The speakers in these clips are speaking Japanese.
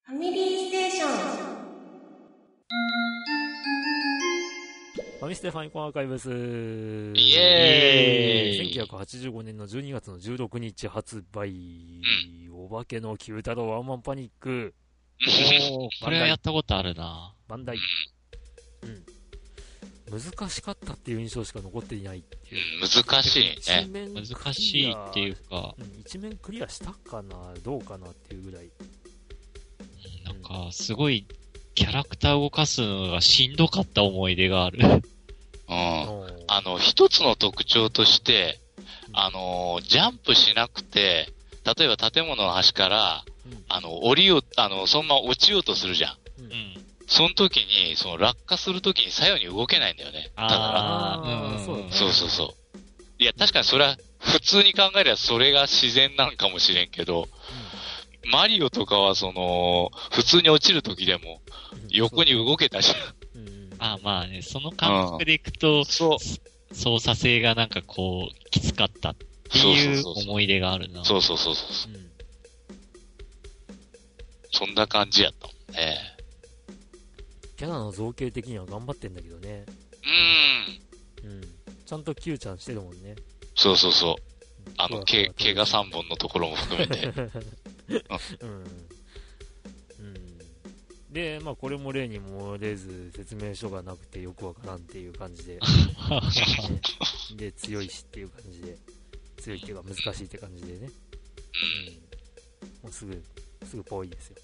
ファミリーステーション。 ファミステファミコンアーカイブス。 イエーイ。 1985年の12月の16日発売、お化けの九太郎ワンマンパニック。 これはやったことあるな。 バンダイ。難しかったっていう印象しか残っていないっていう。 難しいね。 難しいっていうか、 一面クリアしたかなどうかなっていうぐらい。 なんか、すごい、キャラクター動かすのがしんどかった思い出がある。 一つの特徴として、ジャンプしなくて、例えば建物の端から、そのまま落ちようとするじゃん。その時に、落下する時に左右に動けないんだよね。そうそうそう。いや、確かにそれは、普通に考えればそれが自然なんかもしれんけど、マリオとかは普通に落ちる時でも、横に動けたじゃん。まあね、その感覚でいくと、操作性がなんかこう、きつかったっていう思い出があるな。 そう。そんな感じやったもんね。 キャラの造形的には頑張ってんだけどね。ちゃんと Q ちゃんしてるもんね。 そう。毛が3本のところも含めて。 で、まあこれも例に漏れず説明書がなくてよくわからんっていう感じで。で、強いしっていう感じで。強いっていうか難しいって感じでね。もうすぐポイですよ。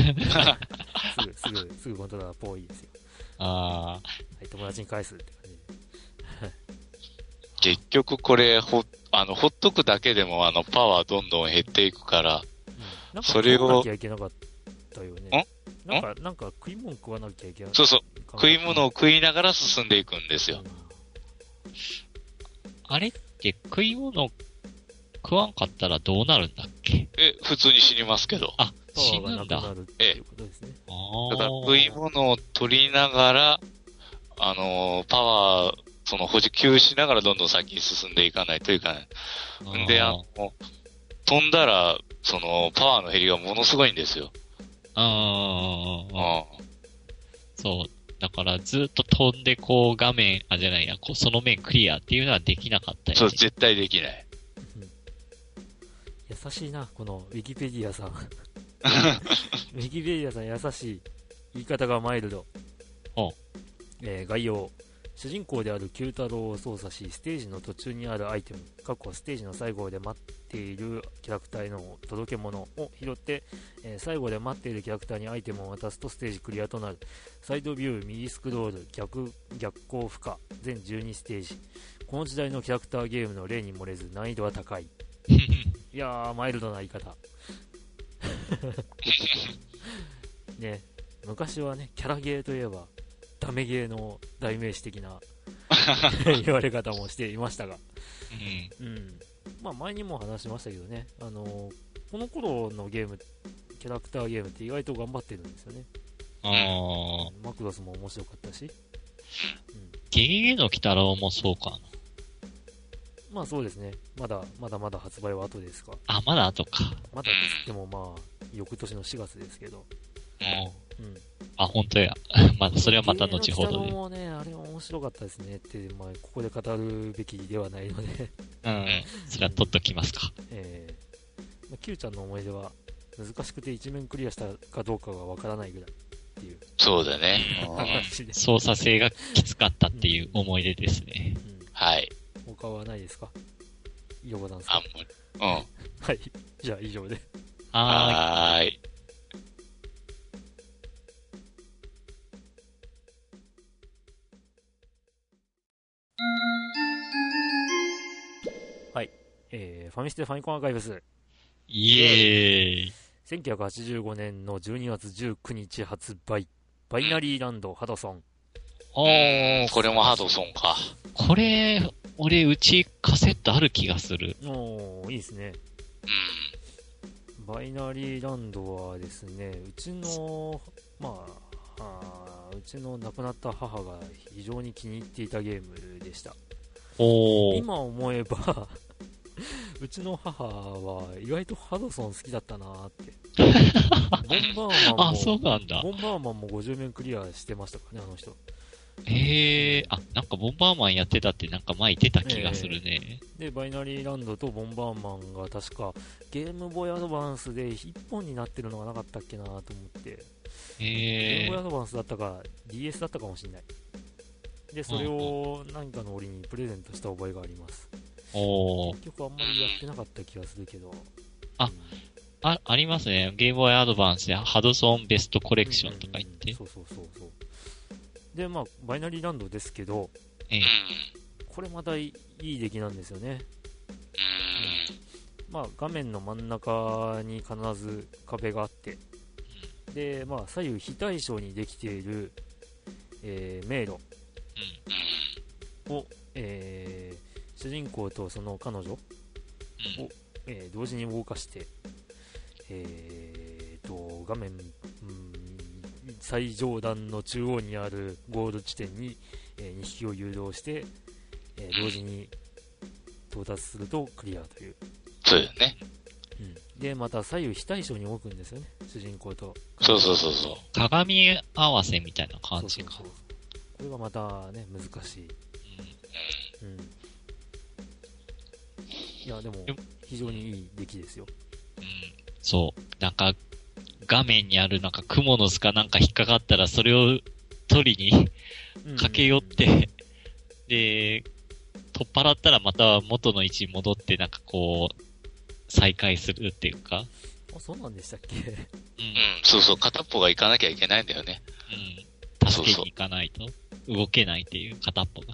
すぐコントローラーポイですよ。はい、友達に返すって感じで。 結局これ、ほっとくだけでもパワーどんどん減っていくから、それを。 食わなきゃいけなかったよね。なんか食い物食わなきゃいけない。 そう。食い物を食いながら進んでいくんですよ。 あれって食い物食わんかったらどうなるんだっけ？ 普通に死にますけど。 死ぬんだ。っていうことですね。 だから食い物を取りながら、パワー、補給しながらどんどん先に進んでいかないといかない。で、飛んだら、パワーの減りがものすごいんですよ。 そう。だからずっと飛んでこう画面、その面クリアっていうのはできなかったよね。 そう、絶対できない。 優しいな、このウィキペディアさん。ウィキペディアさん優しい。言い方がマイルド。概要。主人公である九太郎を操作し、ステージの途中にあるアイテム、ステージの最後で待っているキャラクターへの届け物を拾って、最後で待っているキャラクターにアイテムを渡すとステージクリアとなる。サイドビュー、右スクロール、逆光負荷、全12ステージ。この時代のキャラクターゲームの例に漏れず難易度は高い。いやー、マイルドな言い方。ね、昔はね、キャラゲーといえば、ダメゲーの代名詞的な言われ方もしていましたが、まあ前にも話しましたけどね、この頃のゲーム、キャラクターゲームって意外と頑張ってるんですよね。マクロスも面白かったし、 ゲゲゲの鬼太郎もそうかな。 まあそうですね、まだ発売は後ですが。 まだ後か。 まだですってもまあ、翌年の4月ですけど。 本当や。まだ、それはまた後ほどで。 もね、あれは面白かったですねって、まあ、ここで語るべきではないので。 それは取っときますか。 Q ちゃんの思い出は、難しくて一面クリアしたかどうかがわからないぐらいっていう。 そうだね。 操作性がきつかったっていう思い出ですね。 はい。 他はないですか？以上なんですか？はい。じゃあ以上で。 はーい。 はい。ファミステファミコンアーカイブス。 イエーイ。 1985年の12月19日発売。バイナリーランドハドソン。 これもハドソンか。 これ、俺、うちカセットある気がする。 いいですね。バイナリーランドはですね、うちの亡くなった母が非常に気に入っていたゲームでした。今思えばうちの母は意外とハドソン好きだったなーってボンバーマンも、 あ、そうなんだ。 ボンバーマンも50面クリアしてましたからね、あの人。 なんかボンバーマンやってたってなんか前言ってた気がするね。 で、バイナリーランドとボンバーマンが確かゲームボーイアドバンスで1本になってるのがなかったっけなと思って。ゲームボーイアドバンスだったか DS だったかもしれない。で、それを何かの折にプレゼントした覚えがあります。結局あんまりやってなかった気がするけど。 ありますね。ゲームボーイアドバンスでハドソンベストコレクションとか言って。 そう。で、まあ、バイナリーランドですけど、これまたいい出来なんですよね。まあ、画面の真ん中に必ず壁があって、で、まあ、左右非対称にできている、迷路を、主人公とその彼女を、同時に動かして、画面、最上段の中央にあるゴール地点に、2匹を誘導して、同時に到達するとクリアという。 そうよね。 で、また左右非対称に動くんですよね、主人公と。 そう。 鏡合わせみたいな感じか。 そう。これがまたね、難しい。いや、でも、非常にいい出来ですよ。 そう。なんか、画面にあるなんか蜘蛛の巣かなんか引っかかったらそれを取りに駆け寄って、で、取っ払ったらまた元の位置に戻ってなんかこう、再開するっていうか。 そうなんでしたっけ？ そう。片っぽが行かなきゃいけないんだよね。 助けに行かないと動けないっていう片っぽが。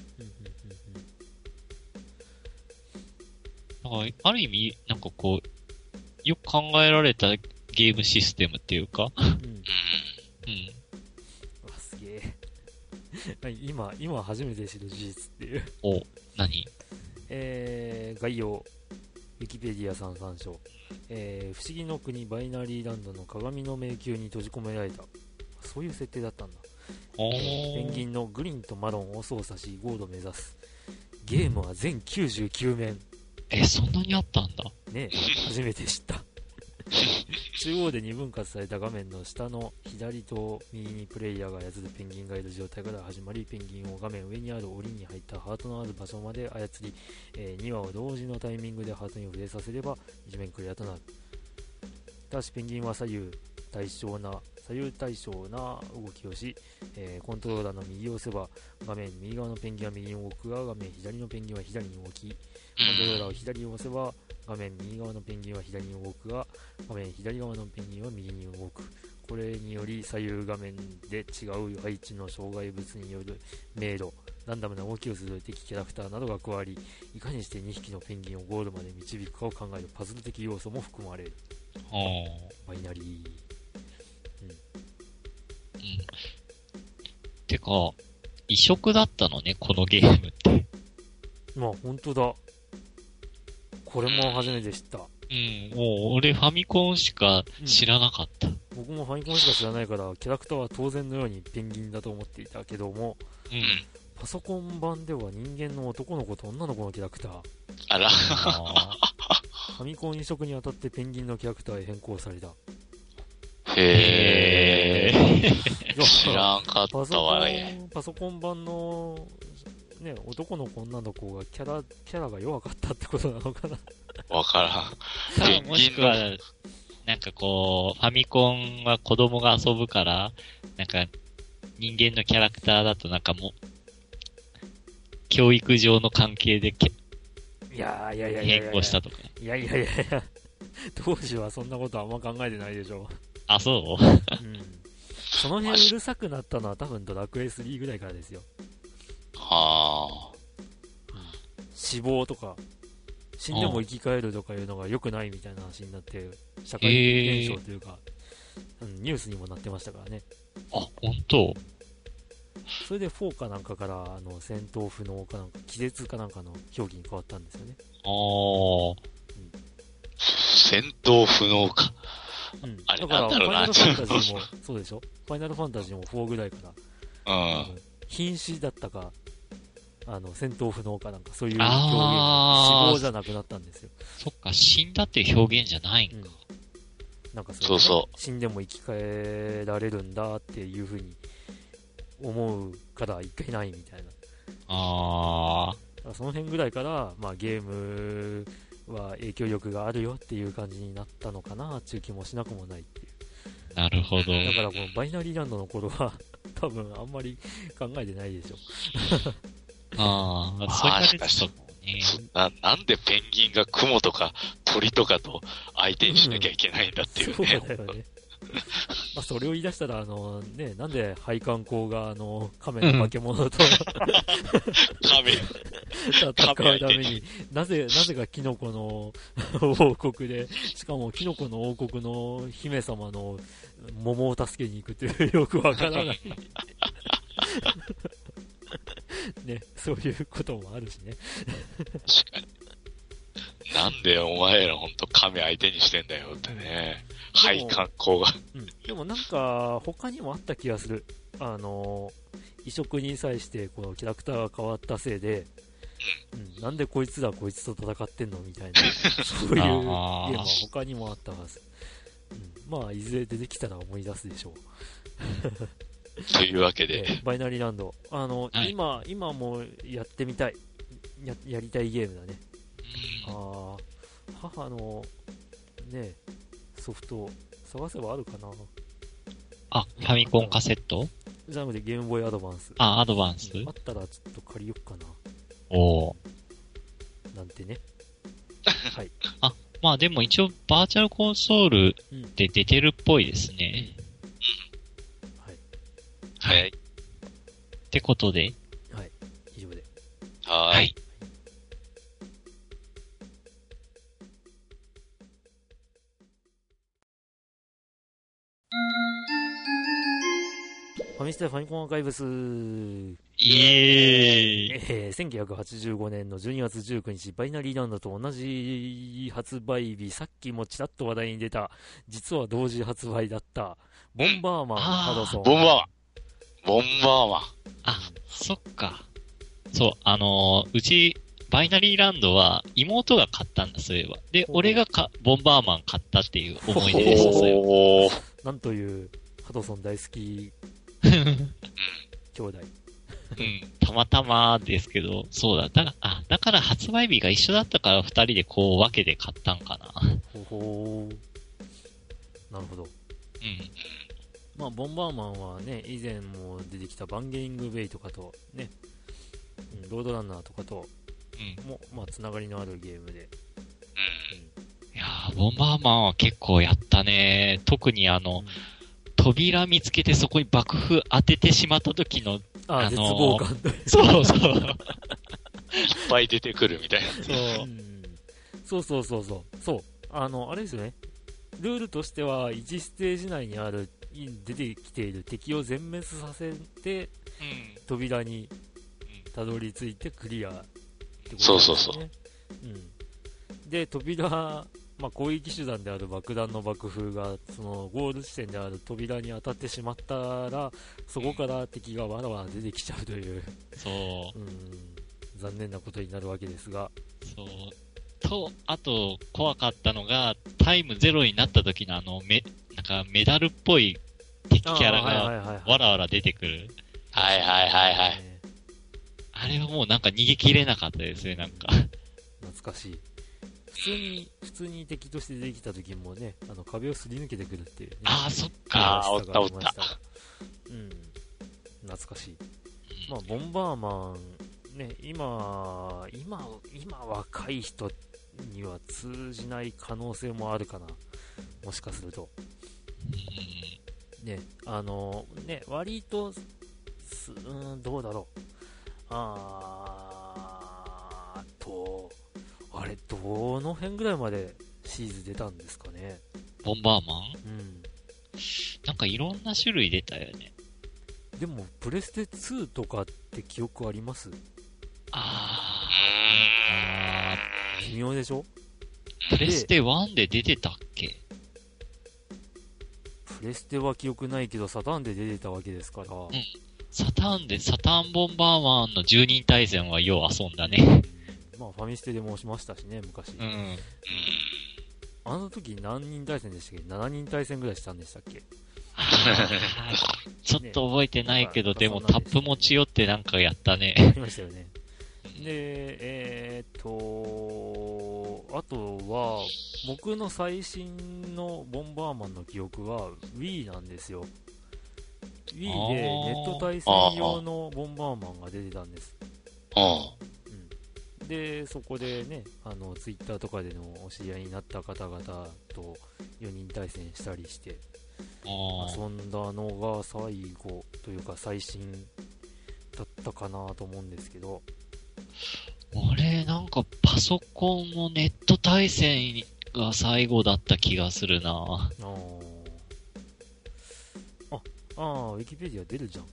なんかある意味、なんかこう、よく考えられたゲームシステムっていうか。 すげえ。今初めて知る事実っていう。 何？ 概要。ウィキペディアさん参照。不思議の国バイナリーランドの鏡の迷宮に閉じ込められた。そういう設定だったんだ。ペンギンのグリンとマロンを操作しゴールを目指す。ゲームは全99面。 そんなにあったんだ。 ね、初めて知った。中央で2分割された画面の下の左と右にプレイヤーが操るペンギンがいる状態から始まり、ペンギンを画面上にある檻に入ったハートのある場所まで操り、2羽を同時のタイミングでハートに触れさせれば一面クリアとなる。ただしペンギンは左右対称な動きをし、コントローラーの右を押せば画面右側のペンギンは右に動くが、画面左のペンギンは左に動き、コントローラーを左に押せば画面右側のペンギンは左に動くが、画面左側のペンギンは右に動く。これにより左右画面で違う配置の障害物による迷路、ランダムな動きをする敵キャラクターなどが加わり、いかにして2匹のペンギンをゴールまで導くかを考えるパズル的要素も含まれる。バイナリー。 てか、異色だったのね、このゲームって。 まあ、本当だ。これも初めて知った。 もう俺ファミコンしか知らなかった。 僕もファミコンしか知らないから、キャラクターは当然のようにペンギンだと思っていたけども、パソコン版では人間の男の子と女の子のキャラクター。 あら。 ファミコン移植にあたってペンギンのキャラクターへ変更された。 へー。知らんかったわね。 パソコン版の、ね、男の子女の子がキャラが弱かったってことなのかな。 わからん。 もしくは、なんかこう、ファミコンは子供が遊ぶから、なんか、人間のキャラクターだとなんかもう、教育上の関係で変更したとか。 いや、当時はそんなことあんま考えてないでしょ。 あ、そう？ その辺うるさくなったのは多分ドラクエ3ぐらいからですよ。 はあ。 死亡とか、死んでも生き返るとかいうのが良くないみたいな話になって、社会現象というか、ニュースにもなってましたからね。 あ、本当？ それで4かなんかから戦闘不能かなんか気絶かなんかの表記に変わったんですよね。 戦闘不能か。あれなんだろうな。 だからファイナルファンタジーもそうでしょ。ファイナルファンタジーも4ぐらいから、瀕死だったか戦闘不能かなんかそういう表現が死亡じゃなくなったんですよ。 そっか、死んだっていう表現じゃないんか。 なんかそう、ね、死んでも生き返られるんだっていう風に思うからいけないみたいな。その辺ぐらいから、まあ、ゲームは影響力があるよっていう感じになったのかなっていう気もしなくもないっていう。 なるほど。 だからこのバイナリーランドの頃は多分あんまり考えてないでしょ。 そういう感じですね。なんでペンギンがクモとか鳥とかと相手にしなきゃいけないんだっていうね。 そうだよね。まあそれを言い出したら、ね、なんで配管工が亀の化け物と亀戦うために、なぜかキノコの王国で、しかもキノコの王国の姫様の桃を助けに行くっていうよくわからない。ね、そういうこともあるしね。 確かに。なんでお前らほんと亀相手にしてんだよってね。配管工が。 でもなんか、他にもあった気がする。移植に際してこのキャラクターが変わったせいで、なんでこいつらこいつと戦ってんのみたいな、そういうゲームは他にもあったはず。まあ、いずれ出てきたら思い出すでしょう。 というわけで。 バイナリーランド。今もやってみたい。やりたいゲームだね。母の、ね、ソフト探せばあるかな。 ファミコンカセットじゃなくてゲームボーイアドバンス。 アドバンスあったらちょっと借りよっかな。なんてね。はい。 まあでも一応バーチャルコンソールで出てるっぽいですね。 はい。 ってことで。 はい。以上で。 はい。 ファミスタファミコンアーカイブス。 イエーイ。 1985年の12月19日、バイナリーランドと同じ発売日、さっきもちらっと話題に出た、実は同時発売だった、ボンバーマン、ハドソン。 ボンバーマン。 そっか。そう、うち、バイナリーランドは妹が買ったんだ、そういえば。で、俺がボンバーマン買ったっていう思い出でした、そういえば。 なんという、ハドソン大好き、兄弟。 たまたまですけど、そうだ。だから発売日が一緒だったから二人でこう分けて買ったんかな。 なるほど。まあ、ボンバーマンはね、以前も出てきたバンゲリングベイとかとね、ロードランナーとかとも、まあ、つながりのあるゲームで。 いやー、ボンバーマンは結構やったね。特に扉見つけてそこに爆風当ててしまった時の、 絶望感。 そう。いっぱい出てくるみたいな。 そう。そう。あれですよね。ルールとしては、1ステージ内に出てきている敵を全滅させて、扉にたどり着いてクリアってことですね。 そう。 で、扉、まあ、攻撃手段である爆弾の爆風がそのゴール地点である扉に当たってしまったら、そこから敵がわらわら出てきちゃうという、残念なことになるわけですが、 あと怖かったのがタイムゼロになった時のなんかメダルっぽい敵キャラがわらわら出てくる。 はい。 あれはもうなんか逃げきれなかったですね、なんか。 懐かしい。普通に敵として出てきた時もね、壁をすり抜けてくるっていうね。 そっか。 おった。 懐かしい。まあ、ボンバーマン、ね、今若い人には通じない可能性もあるかな。もしかすると。ね、割と、どうだろう。あれ、どの辺ぐらいまでシーズ出たんですかね。 ボンバーマン？なんかいろんな種類出たよね。 でも、プレステ2とかって記憶あります？微妙でしょ？ プレステ1で出てたっけ？ プレステは記憶ないけど、サターンで出てたわけですから。 サターンボンバーマンの10人対戦はよう遊んだね。 まあ、ファミステでもしましたしね、昔。 あの時何人対戦でしたっけ？ 7 人対戦ぐらいしたんでしたっけ？ ちょっと覚えてないけど、でもタップ持ち寄ってなんかやったね。 ありましたよね。で、あとは、僕の最新のボンバーマンの記憶は Wii なんですよ。Wii でネット対戦用のボンバーマンが出てたんです。で、そこでね、Twitter とかでのお知り合いになった方々と4人対戦したりして、遊んだのが最後というか最新だったかなと思うんですけど、 俺、なんかパソコンのネット対戦が最後だった気がするな。 ウィキペディア出るじゃん。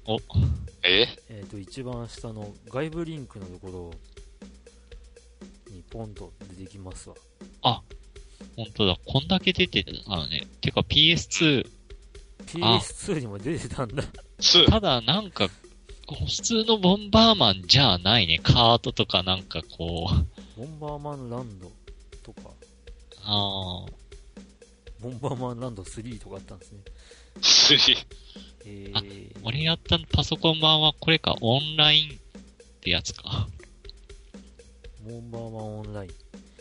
一番下の外部リンクのところにポンと出てきますわ。 あ、ほんとだ。こんだけ出てたのね。てか PS2 にも出てたんだ。 ただなんか、普通のボンバーマンじゃないね。カートとかなんかこう。ボンバーマンランドとか。 ボンバーマンランド3とかあったんですね。 俺やったパソコン版はこれか、オンラインってやつか。 ボンバーマンオンライン。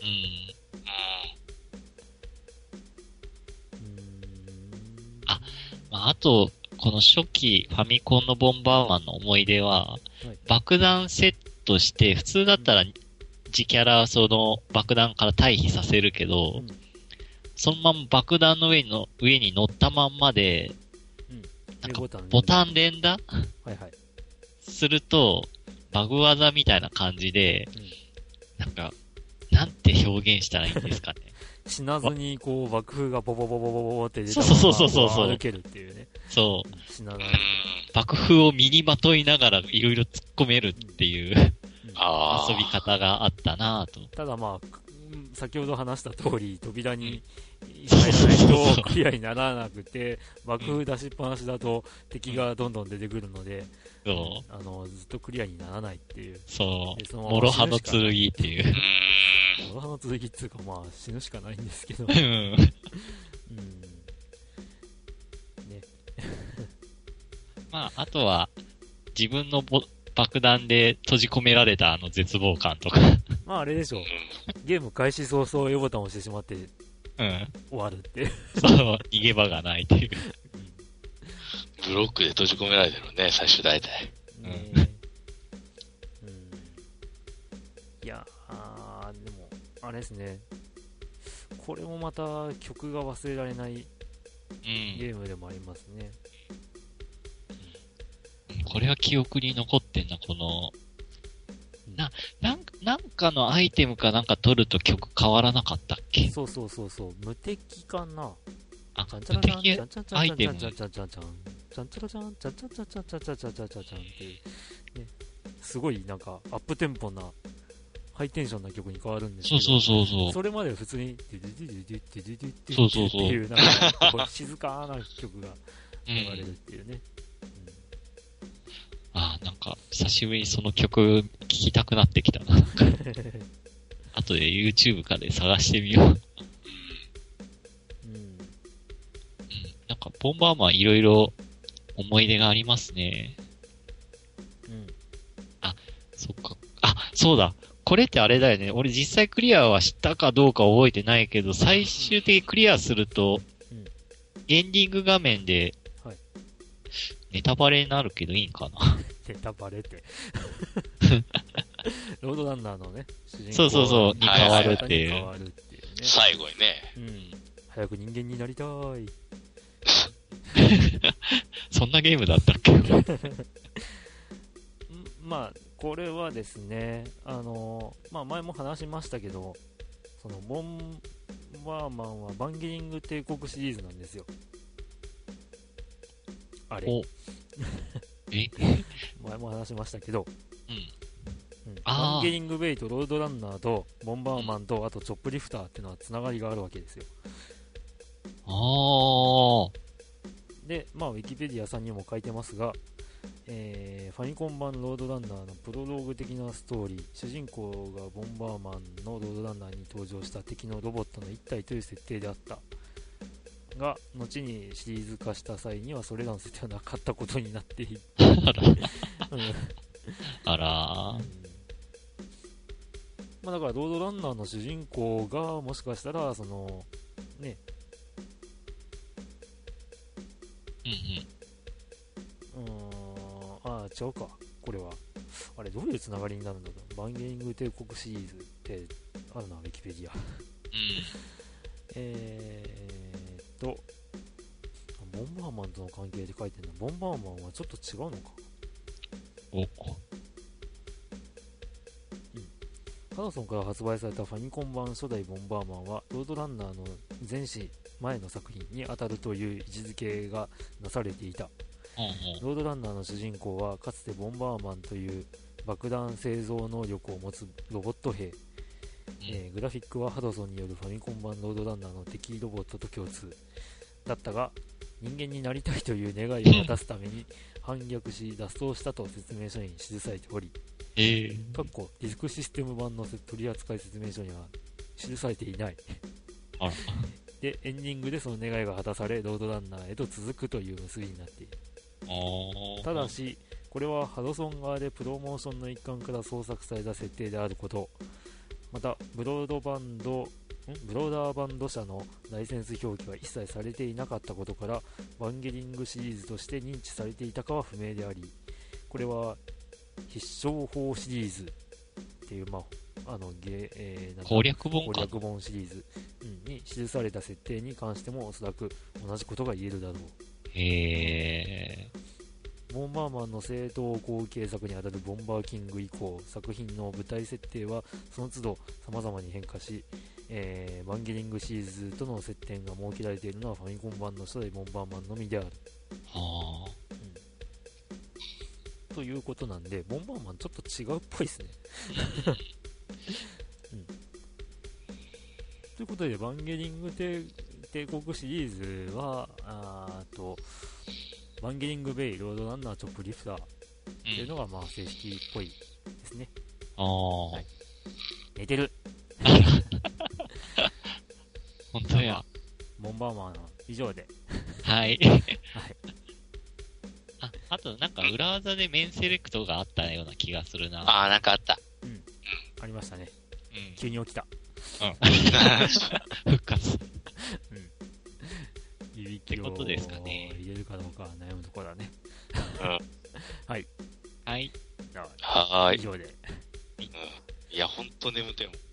あと、この初期ファミコンのボンバーマンの思い出は、爆弾セットして、普通だったら自キャラその爆弾から退避させるけど、そのまま爆弾の上に乗ったまんまで、なんかボタン連打すると、バグ技みたいな感じで、なんか、なんて表現したらいいんですかね。 死なずに、こう、爆風がボボボボボボボって出たまま歩けるっていうね。 そう。 死なない。 爆風を身にまといながらいろいろ突っ込めるっていう、遊び方があったなぁと。 ただまあ、先ほど話した通り、扉に入らないとクリアにならなくて、爆風出しっぱなしだと敵がどんどん出てくるので、ずっとクリアにならないっていう。 そう。諸刃の剣っていう。 諸刃の剣っていうかまあ死ぬしかないんですけど。 ね。まあ、あとは、自分の爆弾で閉じ込められた絶望感とか。 まああれでしょう。ゲーム開始早々 A ボタンを押してしまって、終わるって。 そう、逃げ場がないっていう。 ブロックで閉じ込められてるね、最初大体。 いやでも、あれですね。これもまた曲が忘れられないゲームでもありますね。 これは記憶に残ってんな、この、なんかのアイテムかなんか取ると曲変わらなかったっけ？ そう。無敵かな？ 無敵アイテム。 ちゃんちゃらちゃん、ちゃんちゃらちゃん、ちゃんちゃらちゃん、ちゃんちゃらちゃん、ちゃんちゃらちゃんっていう、ね、すごいなんかアップテンポな、ハイテンションな曲に変わるんですけど、 そう。 それまで普通に、っていう、なんか、静かな曲が流れるっていうね。 なんか、久しぶりにその曲聴きたくなってきたな。後で YouTube からで探してみよう。なんか、ボンバーマンいろいろ思い出がありますね。そっか。そうだ。これってあれだよね。俺実際クリアはしたかどうか覚えてないけど、最終的にクリアすると、エンディング画面で、ネタバレになるけどいいんかな。 ネタバレって。ロードランナーのね、主人公そう、に変わるっていう。 最後にね。 早く人間になりたい。 そんなゲームだったっけ？ まあ、これはですね、まあ前も話しましたけど、その、ボンバーマンはバンゲリング帝国シリーズなんですよ。あれ。前も話しましたけど、バンゲリングベイとロードランナーとボンバーマンとあとチョップリフターっていうのはつながりがあるわけですよ。で、まあウィキペディアさんにも書いてますが、 ファミコン版ロードランナーのプロローグ的なストーリー、主人公がボンバーマンのロードランナーに登場した敵のロボットの一体という設定であったが、後にシリーズ化した際にはそれらの設定はなかったことになっている。 あらー、 まあ、だからロードランナーの主人公がもしかしたらそのね、違うか、これはあれどういうつながりになるんだろう。バンゲリング帝国シリーズってあるな、ウィキペディア。ボンバーマンとの関係で書いてるの。ボンバーマンはちょっと違うのか。ハドソンから発売されたファミコン版初代ボンバーマンはロードランナーの前史前の作品に当たるという位置づけがなされていた。ロードランナーの主人公はかつてボンバーマンという爆弾製造能力を持つロボット兵、グラフィックはハドソンによるファミコン版ロードランナーの敵ロボットと共通だったが、人間になりたいという願いを果たすために反逆し脱走したと説明書に記されており、ディスクシステム版の取扱説明書には記されていない。で、エンディングでその願いが果たされ、ロードランナーへと続くという結びになっている。ただし、これはハドソン側でプロモーションの一環から創作された設定であること、またブローダーバンド社のライセンス表記は一切されていなかったことから、バンゲリングシリーズとして認知されていたかは不明であり、これは必勝法シリーズっていう、 攻略本シリーズ、に記された設定に関してもおそらく同じことが言えるだろう。ボンバーマンの正統後継作にあたるボンバーキング以降、作品の舞台設定はその都度様々に変化し、バンゲリングシリーズとの接点が設けられているのはファミコン版の初代ボンバーマンのみである。ということなんで、ボンバーマンちょっと違うっぽいですね。ということで、バンゲリング帝国シリーズは、バンゲリングベイ、ロードランナー、チョップリフターっていうのがまあ正式っぽいですね。はい、寝てる。 本当や。 ボンバーマンは以上で。 はい。あとなんか裏技でメンセレクトがあったような気がするな。 なんかあった。 ありましたね。急に起きた。 復活。 指切りを入れるかどうか悩むところだね。はい。 はい。 はい。 以上で。 いや、ほんと眠ても。